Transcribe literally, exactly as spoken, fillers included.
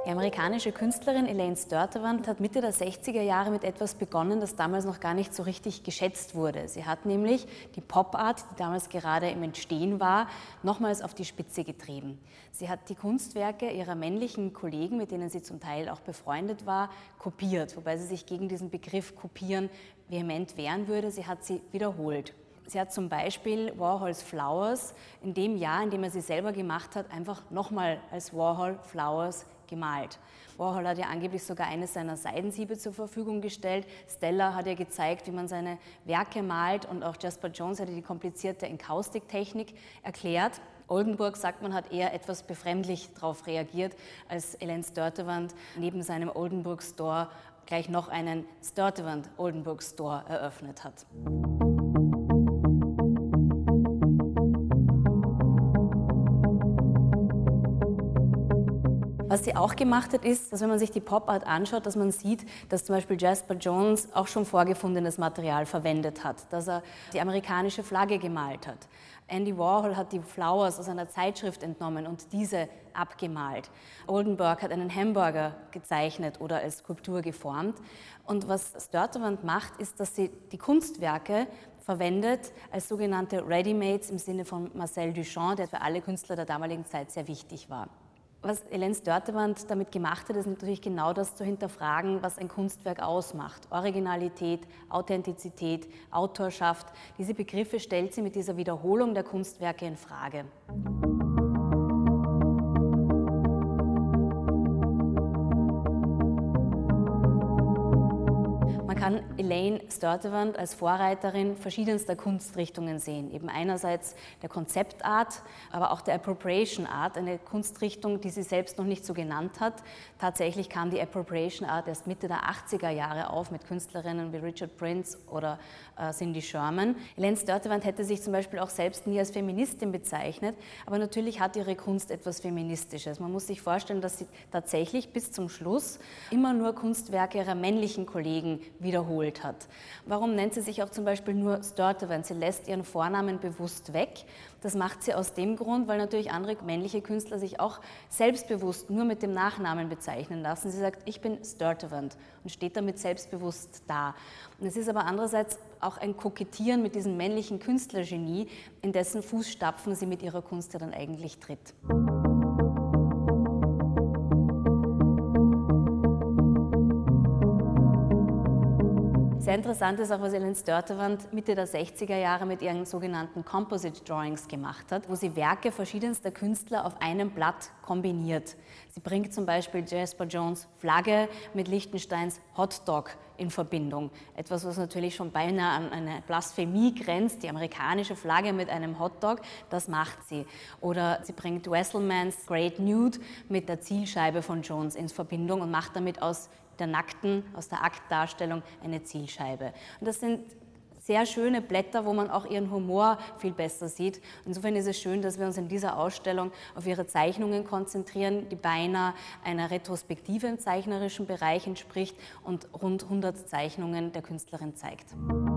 Die amerikanische Künstlerin Elaine Sturtevant hat Mitte der sechziger Jahre mit etwas begonnen, das damals noch gar nicht so richtig geschätzt wurde. Sie hat nämlich die Pop-Art, die damals gerade im Entstehen war, nochmals auf die Spitze getrieben. Sie hat die Kunstwerke ihrer männlichen Kollegen, mit denen sie zum Teil auch befreundet war, kopiert, wobei sie sich gegen diesen Begriff kopieren vehement wehren würde. Sie hat sie wiederholt. Sie hat zum Beispiel Warhols Flowers in dem Jahr, in dem er sie selber gemacht hat, einfach nochmal als Warhol Flowers gemalt. Warhol hat ja angeblich sogar eines seiner Seidensiebe zur Verfügung gestellt. Stella hat ja gezeigt, wie man seine Werke malt, und auch Jasper Johns hat die komplizierte Enkaustik-Technik erklärt. Oldenburg, sagt man, hat eher etwas befremdlich darauf reagiert, als Elaine Sturtevant neben seinem Oldenburg Store gleich noch einen Sturtevant Oldenburg Store eröffnet hat. Was sie auch gemacht hat, ist, dass wenn man sich die Pop-Art anschaut, dass man sieht, dass zum Beispiel Jasper Johns auch schon vorgefundenes Material verwendet hat, dass er die amerikanische Flagge gemalt hat. Andy Warhol hat die Flowers aus einer Zeitschrift entnommen und diese abgemalt. Oldenburg hat einen Hamburger gezeichnet oder als Skulptur geformt. Und was Sturtevant macht, ist, dass sie die Kunstwerke verwendet als sogenannte Ready-Mades im Sinne von Marcel Duchamp, der für alle Künstler der damaligen Zeit sehr wichtig war. Was Elaine Sturtevant damit gemacht hat, ist natürlich genau das zu hinterfragen, was ein Kunstwerk ausmacht. Originalität, Authentizität, Autorschaft. Diese Begriffe stellt sie mit dieser Wiederholung der Kunstwerke in Frage. Man kann Elaine Sturtevant als Vorreiterin verschiedenster Kunstrichtungen sehen. Eben einerseits der Konzeptart, aber auch der Appropriation Art, eine Kunstrichtung, die sie selbst noch nicht so genannt hat. Tatsächlich kam die Appropriation Art erst Mitte der achtziger Jahre auf mit Künstlerinnen wie Richard Prince oder äh, Cindy Sherman. Elaine Sturtevant hätte sich zum Beispiel auch selbst nie als Feministin bezeichnet, aber natürlich hat ihre Kunst etwas Feministisches. Man muss sich vorstellen, dass sie tatsächlich bis zum Schluss immer nur Kunstwerke ihrer männlichen Kollegen wiederholt hat. Warum nennt sie sich auch zum Beispiel nur Sturtevant? Sie lässt ihren Vornamen bewusst weg. Das macht sie aus dem Grund, weil natürlich andere männliche Künstler sich auch selbstbewusst nur mit dem Nachnamen bezeichnen lassen. Sie sagt, ich bin Sturtevant und steht damit selbstbewusst da. Und es ist aber andererseits auch ein Kokettieren mit diesem männlichen Künstlergenie, in dessen Fußstapfen sie mit ihrer Kunst ja dann eigentlich tritt. Sehr interessant ist auch, was Elaine Sturtevant Mitte der sechziger Jahre mit ihren sogenannten Composite Drawings gemacht hat, wo sie Werke verschiedenster Künstler auf einem Blatt kombiniert. Sie bringt zum Beispiel Jasper Johns Flagge mit Liechtensteins Hotdog in Verbindung. Etwas, was natürlich schon beinahe an eine Blasphemie grenzt, die amerikanische Flagge mit einem Hotdog, das macht sie. Oder sie bringt Wesselmans Great Nude mit der Zielscheibe von Jones in Verbindung und macht damit aus der nackten, aus der Aktdarstellung eine Zielscheibe. Und das sind sehr schöne Blätter, wo man auch ihren Humor viel besser sieht. Insofern ist es schön, dass wir uns in dieser Ausstellung auf ihre Zeichnungen konzentrieren, die beinahe einer Retrospektive im zeichnerischen Bereich entspricht und rund hundert Zeichnungen der Künstlerin zeigt.